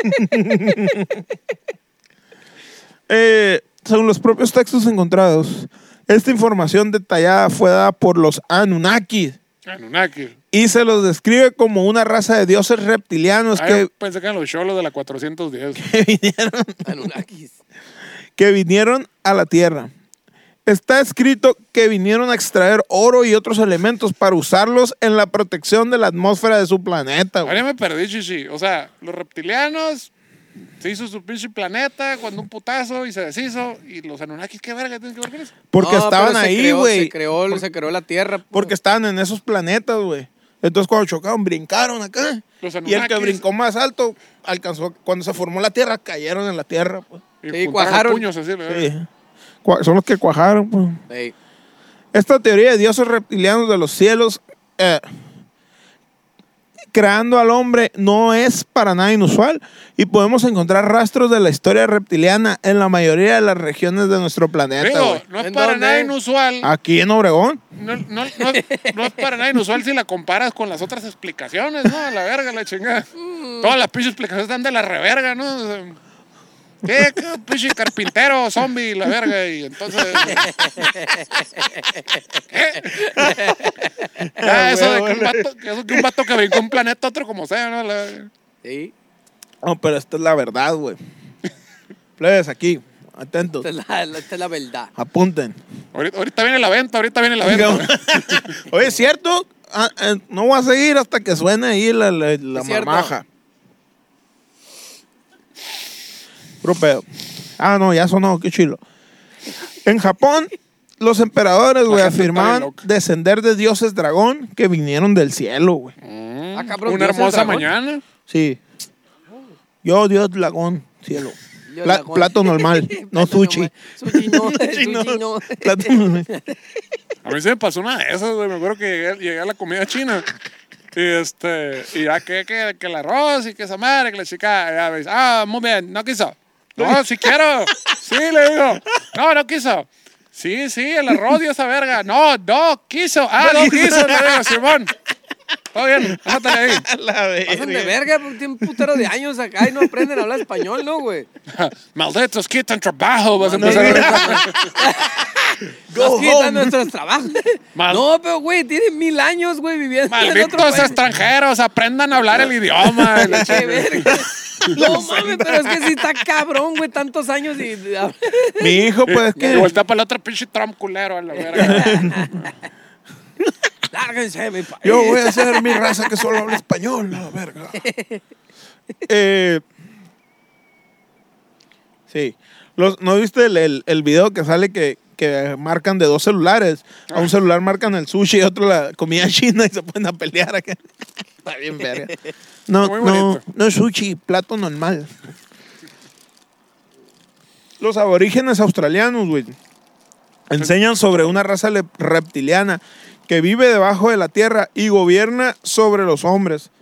Según los propios textos encontrados, esta información detallada fue dada por los Anunnaki. Anunnaki. y se los describe como una raza de dioses reptilianos Yo pensé que eran los cholos de la 410. Anunnakis. que vinieron a la Tierra. Está escrito que vinieron a extraer oro y otros elementos para usarlos en la protección de la atmósfera de su planeta, güey. Ahora me perdí, chichi. O sea, los reptilianos se hizo su pinche planeta cuando un putazo y se deshizo. Y los Anunnakis, ¿qué verga tienen que ver con eso? Porque No, estaban pero ahí, güey. Se creó la Tierra. pues. Porque estaban en esos planetas, güey. Entonces cuando chocaron, brincaron acá. Los Y el que Anunnakis. brincó más alto alcanzó. Cuando se formó la Tierra, cayeron en la Tierra, pues. Y Sí, juntaron cuajaron. puños así. Sí. Son los que cuajaron, pues. Ey. Esta teoría de dioses reptilianos de los cielos creando al hombre no es para nada inusual y podemos encontrar rastros de la historia reptiliana en la mayoría de las regiones de nuestro planeta, Digo, güey. no es ¿En para dónde? nada inusual. Aquí en Obregón. No es para nada inusual si la comparas con las otras explicaciones, ¿no? A la verga, la chingada. Todas las pinches explicaciones están de la reverga, ¿no? O sea, ¿qué pinche carpintero, zombie, la verga? Y entonces... ¿Qué? Ya, eso de que un vato que brincó un planeta a otro como sea, ¿no? La verga. Sí. No, pero esta es la verdad, güey. Plebes, aquí. Atentos. Esta es la verdad. Apunten. Ahorita viene la venta. Oye, ¿es cierto? No voy a seguir hasta que suene ahí la Es cierto. marmaja. Puro pedo. Ah, no, ya sonó, qué chilo. En Japón, los emperadores, güey, gente está bien afirmaban loca. descender de dioses dragón que vinieron del cielo, güey. Ah, cabrón, Una ¿Dios es hermosa dragón? mañana. Sí. Yo, Dios dragón, cielo. Dios dragón. Plato normal, no Plato sushi. normal. Sushi no, Sushi no. sushi no. Plato normal. A mí se me pasó una de esas, güey. Me acuerdo que llegué a la comida china. Y ya que el arroz y que esa madre, que la chica, ya me dice, muy bien, no quiso. No, sí quiero. Sí, le digo. No quiso. Sí, el arroz y esa verga. No quiso. No quiso, le digo, Simón. Todo bien, déjate ahí. La Pasan de verga. verga, porque tienen un putero de años acá y no aprenden a hablar español, ¿no, güey? Malditos, quitan trabajo. Vas a empezar a... Nos Go quitan home. nuestros trabajos. Mal- No, pero, güey, tienen 1000 años, güey, viviendo en otro Malditos país. extranjeros, aprendan a hablar el idioma. la Qué chingada. verga. No mames, pero es que sí está cabrón, güey, tantos años y... Mi hijo, pues, Y que vuelta para el otro pinche Trump culero a la verga. Lárguense, mi país. yo voy a hacer mi raza que solo habla español, la verga. Sí. ¿No viste el video que sale que marcan de 2 celulares? A un celular marcan el sushi y otro la comida china y se ponen a pelear acá. Está bien verga. No, Muy no, bonito. no sushi, plato normal. Los aborígenes australianos, güey, enseñan sobre una raza reptiliana que vive debajo de la tierra y gobierna sobre los hombres.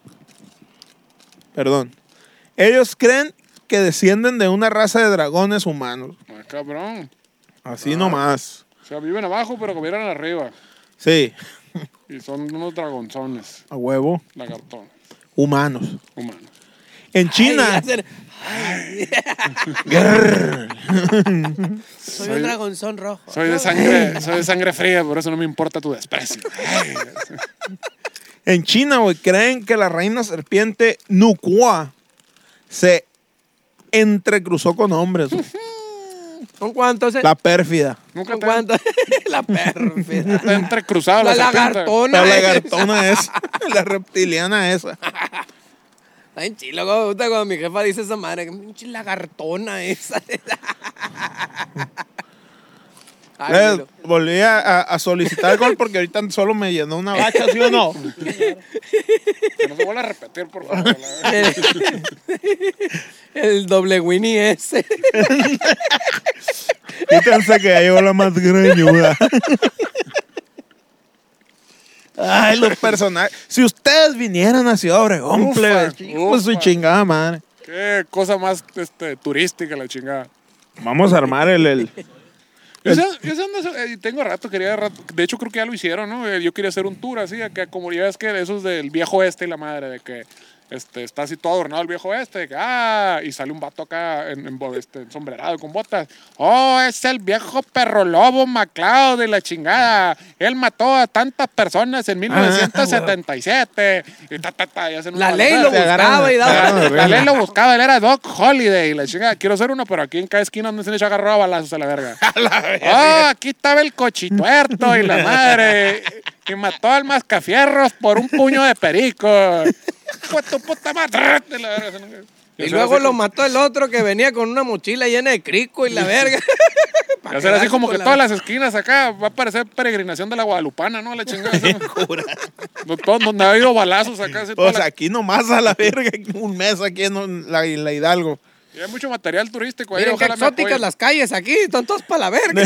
Perdón. Ellos creen que descienden de una raza de dragones humanos. Ah, cabrón. Así nomás. O sea, viven abajo, pero gobiernan arriba. Sí, Y son unos dragonzones, a huevo. lagartones, Humanos. humanos. En China. Ay, ya Soy un dragonzón rojo. Soy de sangre fría, por eso no me importa tu desprecio. Ay, En China, güey, creen que la reina serpiente Nukua se entrecruzó con hombres. güey. ¿Con cuántos? La pérfida. nunca ¿Con te cuántos? La pérfida. está entrecruzado La serpiente. lagartona. La lagartona esa. La reptiliana esa. Está en chilo, me gusta cuando mi jefa dice esa madre. Que pinche lagartona esa. Ay, Milo. Volví a solicitar gol porque ahorita solo me llenó una bacha, ¿sí o no? Que no se vuelva a repetir, por favor. El doble Winnie ese. Fíjense que ya llegó la más greñuda. Ay, los personajes. Si ustedes vinieran a Ciudad Obregón, Ufa, plebes, pues su ufa. chingada madre. Qué cosa más turística la chingada. Vamos a armar Yo tengo de hecho creo que ya lo hicieron, ¿no? Yo quería hacer un tour así, acá como ya ves que de esos del viejo oeste y la madre, de que está así todo adornado el viejo y sale un vato acá ensombrerado con botas. Oh, es el viejo perro lobo MacLeod de la chingada. Él mató a tantas personas en 1977. Y hacen La una ley lo balacera. buscaba y daba. La ley lo buscaba, él era Doc Holiday. La chingada, quiero ser uno, pero aquí en cada esquina donde se le agarró a balazos a la verga. Oh, aquí estaba el cochituerto y la madre. Y mató al mascafierros por un puño de perico. Hijo de tu puta madre. Y luego lo mató el otro que venía con una mochila llena de crico y la verga. Va a ser así como que todas las esquinas acá va a parecer peregrinación de la Guadalupana, ¿no? La chingada. Donde ha habido balazos acá. Así, Pues aquí nomás a la verga, un mes aquí en la Hidalgo. Y hay mucho material turístico ahí. Miren qué Ojalá me exóticas apoyen. las calles aquí, están todas para la verga.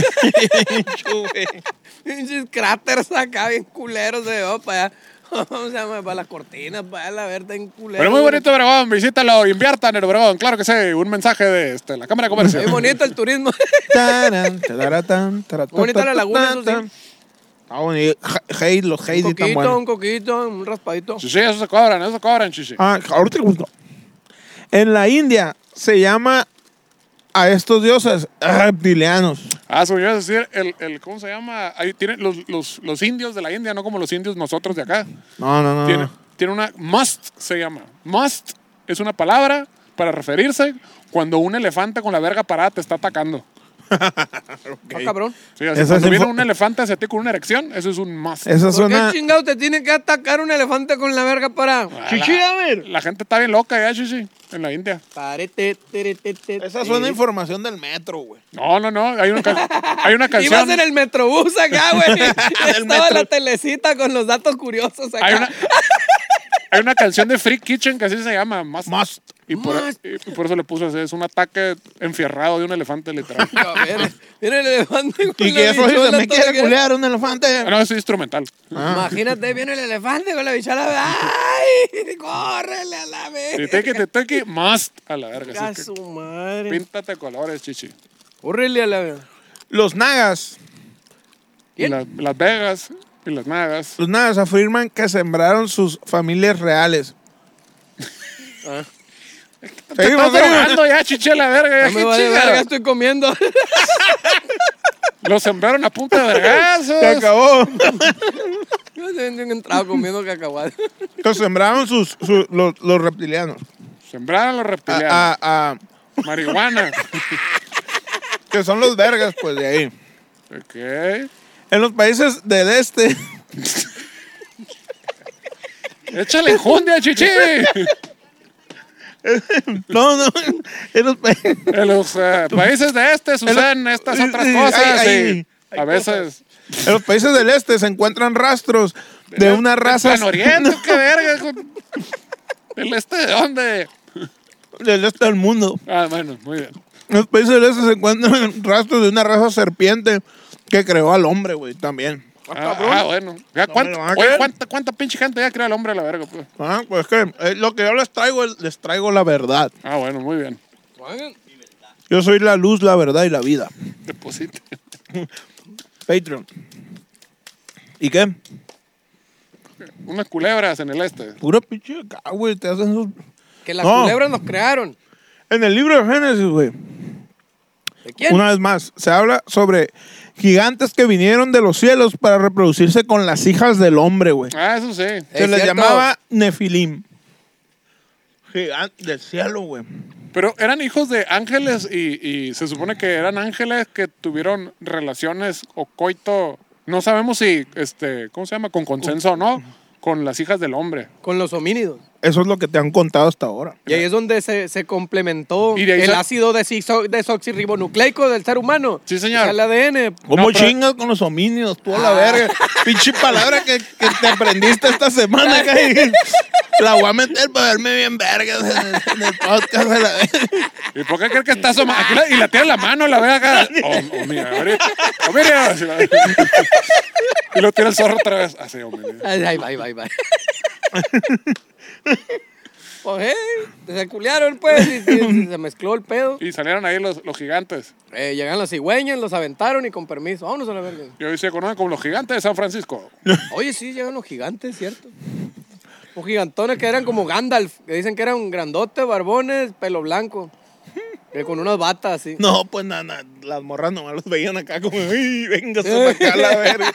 Pinches cráteres acá bien culeros de para allá. ¿Cómo se llama? Para las cortinas, para allá la verga en culeros. Pero muy bonito Obregón, visítalo, inviertan en Obregón, claro que sí, un mensaje de la Cámara de Comercio. Es bonito el turismo. Bonita la laguna, eso sí. Ah, bonito. Los Heidi tan buenos. Un coquito, un raspadito. Sí, eso se cobran, chichi. Ah, ahorita en la India se llama a estos dioses reptilianos. Soy yo a decir, ¿cómo se llama? Ahí tienen los indios de la India, no como los indios nosotros de acá. No. Tiene una, must se llama. Must es una palabra para referirse cuando un elefante con la verga parada te está atacando. Cabrón. Sí, así, cuando viene un elefante hacia ti con una erección, eso es un must. Esa ¿Por qué suena... chingado te tiene que atacar un elefante con la verga para? Chichi, a ver. La gente está bien loca ya, chichi, en la India. Esa suena información del metro, güey. No. Hay una canción. Ibas en el metrobús acá, güey. Estaba metro. la telecita con los datos curiosos acá. Hay una canción de Freak Kitchen que así se llama, Must. Y por eso le puso así, es un ataque enfierrado de un elefante literal. Viene el elefante con Y la que eso bichola se me quiere toda- culear un elefante. No, es instrumental. Imagínate, viene el elefante con la bichola. ¡Ay! ¡Córrele a la Te verga! toque, must a la verga. ¡A Así que su madre! píntate colores, chichi. ¡Córrele a la verga! Los nagas. Y Las Vegas y las Nagas. Los nagas afirman que sembraron sus familias reales. Te estás drogando ya, chichi, a la verga. No me vale verga, estoy comiendo. Lo sembraron a punta de vergazos. Se acabó. Yo he entrado comiendo cacahuate. Los sembraron los reptilianos. Sembraron los reptilianos. Marihuana. Que son los vergas, pues, de ahí. Ok. En los países del este... Échale enjundia, chichi. No. En los países... En los países de este suceden estas otras cosas. Y a veces. En los países del este se encuentran rastros de una raza... ¿En Oriente? ¿Qué verga? ¿El este de dónde? Del este del mundo. Bueno, muy bien. En los países del este se encuentran rastros de una raza serpiente que creó al hombre, güey, también. Bueno. Ya, ¿cuánta pinche gente ya creó el hombre a la verga? Pues? Pues que lo que yo les traigo la verdad. Bueno, muy bien. Yo soy la luz, la verdad y la vida. Deposite. Patreon. ¿Y qué? Unas culebras en el este. Pura pinche acá, güey, te hacen sus... Que las No. culebras nos crearon. En el libro de Génesis, güey, ¿De quién? una vez más, se habla sobre gigantes que vinieron de los cielos para reproducirse con las hijas del hombre, güey. Eso sí. Se les cierto. llamaba Nefilim. Gigante del cielo, güey. Pero eran hijos de ángeles y se supone que eran ángeles que tuvieron relaciones o coito. No sabemos si, ¿cómo se llama? Con consenso o no. Con las hijas del hombre. Con los homínidos. Eso es lo que te han contado hasta ahora. Y ahí es donde se complementó Y de ahí el sa- ácido desoxirribonucleico del ser humano. Sí, señor. O sea, el ADN. ¿Cómo No, pero- chingas con los homínidos? Tú a la verga. Pinche palabra que te aprendiste esta semana. Que la voy a meter para verme bien vergas en el podcast. De la... ¿Y por qué crees que está asomando? Y la tiene en la mano, la ve acá. Mira, ahorita. Mira. Y lo tira el zorro otra vez. Así, mira. Ay, bye. Pues, se culiaron, pues, y se mezcló el pedo. Y salieron ahí los gigantes. Llegan las cigüeñas, los aventaron y con permiso. Vámonos a la verga. Y hoy se conocen como los gigantes de San Francisco. Oye, sí, llegan los gigantes, ¿cierto? O gigantones que eran como Gandalf, que dicen que eran grandotes, barbones, pelo blanco. Con unas batas así. No, pues nada, las morras nomás los veían acá como, ¡ay, véngase para acá a la verga!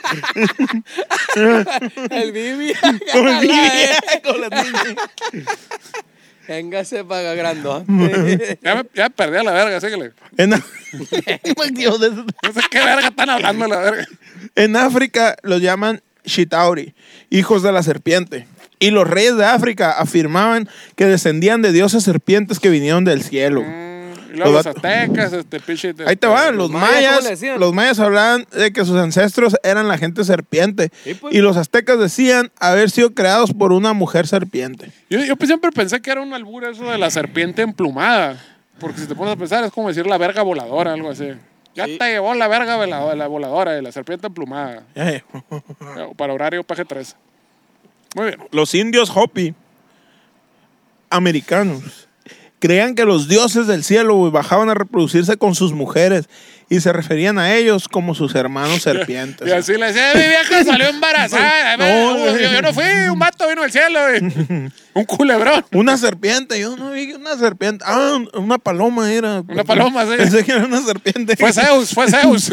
El Bibi. Con el Bibi, con las niñas. Véngase para grandote. Ya me perdí a la verga, síguele. Dios, No sé qué verga están hablando la verga. en África los llaman Shitauri, hijos de la serpiente. Y los reyes de África afirmaban que descendían de dioses serpientes que vinieron del cielo. Y luego los aztecas, pinche. Ahí te van, los mayas, ¿cómo le decían? los mayas hablaban de que sus ancestros eran la gente serpiente. Sí, pues. Y los aztecas decían haber sido creados por una mujer serpiente. Yo siempre pensé que era un albur eso de la serpiente emplumada. Porque si te pones a pensar, es como decir la verga voladora, algo así. Ya Sí. te llevó la verga la voladora de la serpiente emplumada. Para horario PG-13. Muy bien. Los indios Hopi americanos creían que los dioses del cielo, güey, bajaban a reproducirse con sus mujeres y se referían a ellos como sus hermanos serpientes. Y así le decía, mi vieja salió embarazada. No, yo no fui, un vato vino del cielo, güey. Un culebrón. Una serpiente, yo no vi una serpiente. Ah, una paloma era. Una paloma, sí. Pensé que era una serpiente. Fue Zeus.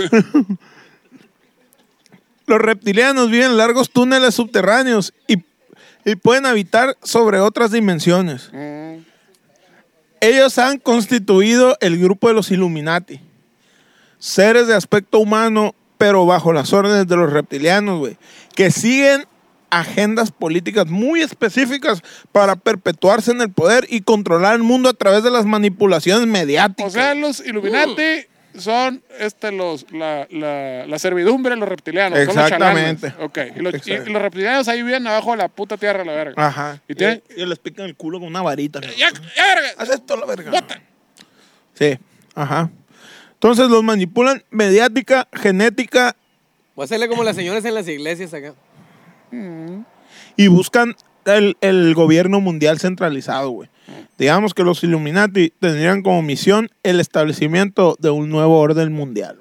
Los reptilianos viven en largos túneles subterráneos y pueden habitar sobre otras dimensiones. Ellos han constituido el grupo de los Illuminati. Seres de aspecto humano, pero bajo las órdenes de los reptilianos, güey. Que siguen agendas políticas muy específicas para perpetuarse en el poder y controlar el mundo a través de las manipulaciones mediáticas. O sea, los Illuminati son la servidumbre de los reptilianos. Exactamente. Son los chalanes. Ok. Y los reptilianos ahí viven abajo de la puta tierra, la verga. Ajá. Y tienen... Y les pican el culo con una varita. Ya, verga. Haz esto, la verga. Bota. Sí, ajá. Entonces los manipulan mediática, genética Voy a hacerle como las señoras en las iglesias acá. y buscan el gobierno mundial centralizado, güey. Digamos que los Illuminati tendrían como misión el establecimiento de un nuevo orden mundial.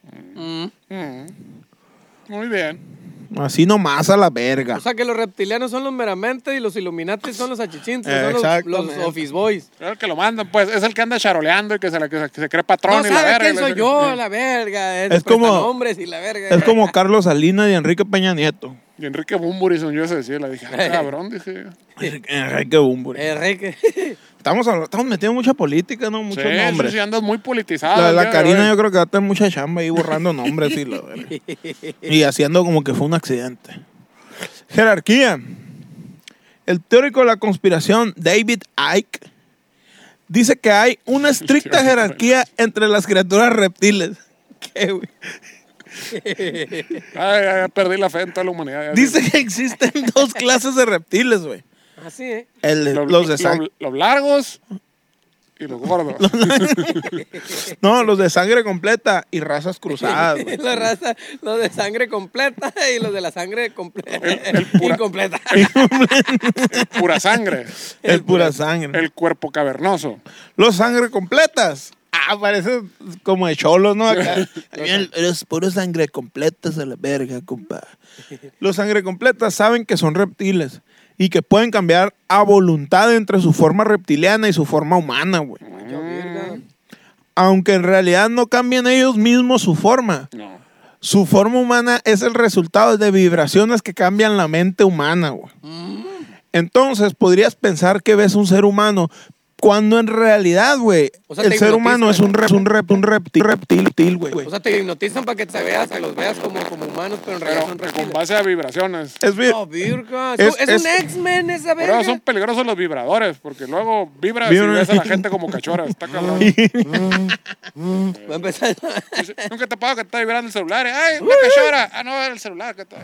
Muy bien. Así nomás a la verga. O sea que los reptilianos son los meramente y los Illuminati son los achichintes, son Exactamente. los office boys. Es el que lo mandan, pues. Es el que anda charoleando y que se cree patrón No y la sabe verga. quién soy yo, la verga. Es como- hombres y la verga. Es como Carlos Salinas y Enrique Peña Nieto. Y Enrique Bumburi son yo ese decía. Le dije, cabrón, dije. Enrique Bumburi. Enrique. Estamos metiendo mucha política, ¿no? Muchos nombres. Sí, andas muy politizado. La, el la día de Karina hoy. yo creo que va a tener mucha chamba ahí borrando nombres y, la verga. Y haciendo como que fue un accidente. Jerarquía. El teórico de la conspiración David Icke dice que hay una estricta jerarquía entre las criaturas reptiles. ¿Qué, güey? Ay, ya perdí la fe en toda la humanidad. ya. Dice que existen dos clases de reptiles, güey. Así, ¿eh? Los de sangre. Los largos y los gordos. No, los de sangre completa y razas cruzadas, güey. La raza, los de sangre completa y los de la sangre completa. El pura- Incompleta. Pura sangre. El pura sangre. El cuerpo cavernoso. Los sangre completas. Ah, parece como de cholos, ¿no? Acá. Eres puro sangre completas a la verga, compa. Los sangre completas saben que son reptiles y que pueden cambiar a voluntad entre su forma reptiliana y su forma humana, güey. Yo, verga. Aunque en realidad no cambian ellos mismos su forma. No. Su forma humana es el resultado de vibraciones que cambian la mente humana, güey. Entonces podrías pensar que ves un ser humano cuando en realidad, güey, O sea, el te ser humano es hipnotizan. un reptil, güey. O sea, te hipnotizan para que te veas, que los veas como humanos, pero en realidad Pero son con reptiles. base a vibraciones. Es bien. No, virga. Es- Es un X-Men esa Por verga. eso son peligrosos los vibradores, porque luego vibras y Vibra- ves a la gente como cachora. Está cabrón. Va a empezar. Nunca te pago que está vibrando el celular. ¡Ay, una cachora! Ah, no, era el celular. Que está...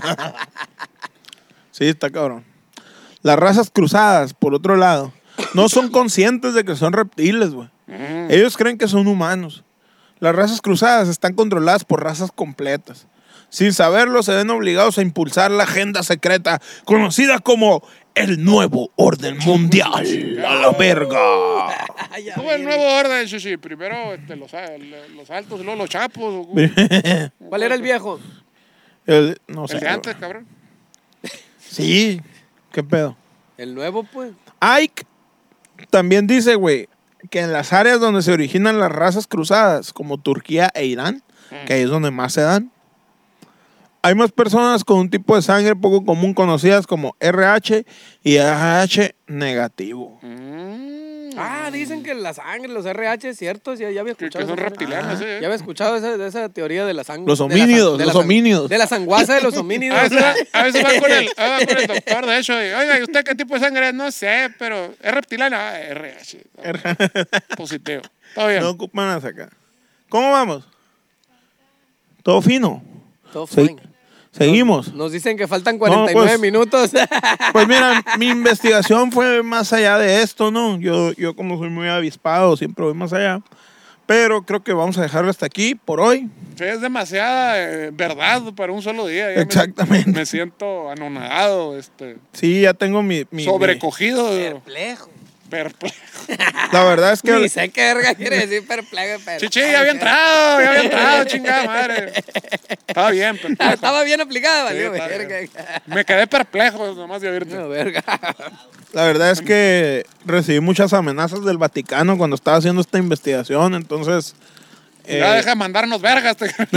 Sí, está cabrón. Las razas cruzadas, por otro lado, no son conscientes de que son reptiles, güey. Ellos creen que son humanos. Las razas cruzadas están controladas por razas completas. Sin saberlo, se ven obligados a impulsar la agenda secreta conocida como el nuevo orden mundial. ¡A la verga! Ay, ya, ¿Cómo el verga. nuevo orden, Shishi? Primero los altos y luego los chapos. ¿Cuál era el viejo? No sé. El de antes, güey. cabrón. Sí. ¿Qué pedo? El nuevo, pues. Ike también dice, güey, que en las áreas donde se originan las razas cruzadas, como Turquía e Irán, que ahí es donde más se dan, hay más personas con un tipo de sangre poco común conocidas como RH y RH negativo. Dicen que la sangre, los RH, cierto, ya había Que escuchado. son esa- reptilianos, Ya había escuchado esa teoría de la sangre. Los homínidos, los homínidos. De la sanguaza de los homínidos. A veces va con el doctor, de hecho, y, oiga, ¿y usted qué tipo de sangre es? No sé, pero es reptiliano. RH. Positivo. Todo bien. No ocupan a sacar. ¿Cómo vamos? ¿Todo fino? Todo Sí. fine. Seguimos. Nos dicen que faltan 49 pues. minutos. Pues mira, mi investigación fue más allá de esto, ¿no? Yo como soy muy avispado, siempre voy más allá. Pero creo que vamos a dejarlo hasta aquí por hoy. Sí, es demasiada verdad para un solo día. Ya Exactamente. Me siento anonadado, Sí, ya tengo mi sobrecogido, Perplejo. perplejo. La verdad es que Ni sé qué verga quiere decir perplejo. Pero... Chichi, ya había entrado, chingada madre. Estaba bien, perplejo. Estaba bien aplicada, Sí, valió, está verga. Me quedé perplejo nomás de oírte. No, verga. la verdad es que recibí muchas amenazas del Vaticano cuando estaba haciendo esta investigación, entonces Ya deja de mandarnos vergas.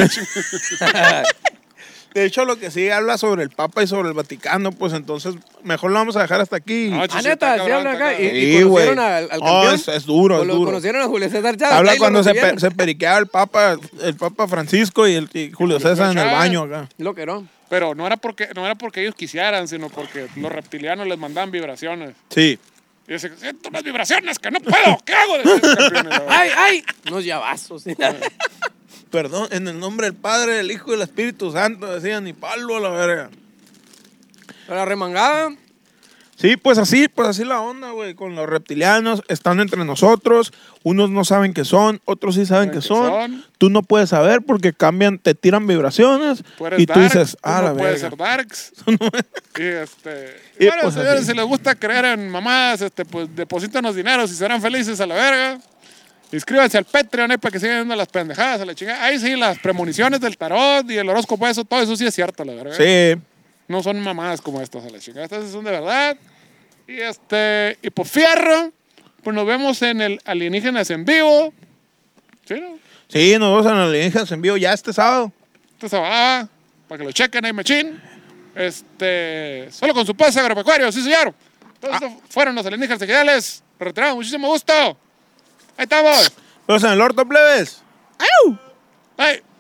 de hecho lo que sí habla sobre el Papa y sobre el Vaticano, pues entonces mejor lo vamos a dejar hasta aquí. No, Chichi, Neta, está sí habla cabrón, acá. está ¿Y cabrón. Sí, conocieron güey. al No, campeón? es duro, es duro. Conocieron a Julio César Chávez. Habla ahí lo cuando se recibieron. periqueaba el Papa Francisco y Julio César en el Chávez. baño acá. Lo que no. Pero no era porque ellos quisieran, sino porque los reptilianos les mandaban vibraciones. Sí. Y dicen, siento unas vibraciones que no puedo, ¿qué hago? Decían los campeones, ¿verdad? ¡Ay! Unos llavazos. ¿Sí? Perdón, en el nombre del Padre, del Hijo y del Espíritu Santo, decían, y palo a la verga. La remangada. Sí, pues así la onda, güey, con los reptilianos, están entre nosotros, unos no saben qué son, otros sí saben qué son, tú no puedes saber porque cambian, te tiran vibraciones, Tú eres y tú dark, dices, tú la no puedes verga. ser darks. Y Y bueno, pues señores, así. si les gusta creer en mamadas, pues deposítanos dinero y serán felices a la verga. Inscríbanse al Patreon para que sigan viendo las pendejadas a la chingada. Ahí sí, las premoniciones del tarot y el horóscopo, todo eso sí es cierto, la verga. Sí, No son mamadas como estas a la chingada. Estas son de verdad. Y por fierro, pues nos vemos en el Alienígenas en Vivo. ¿Sí, no? sí, nos vamos a los alienígenas en vivo ya este sábado. Entonces, para que lo chequen ahí, machín. Solo con su pase agropecuario, sí, señor. Entonces, estos fueron los alienígenas ejidales. Retiramos, muchísimo gusto. Ahí estamos. Vamos en el orto, plebes. ¡Au! Bye.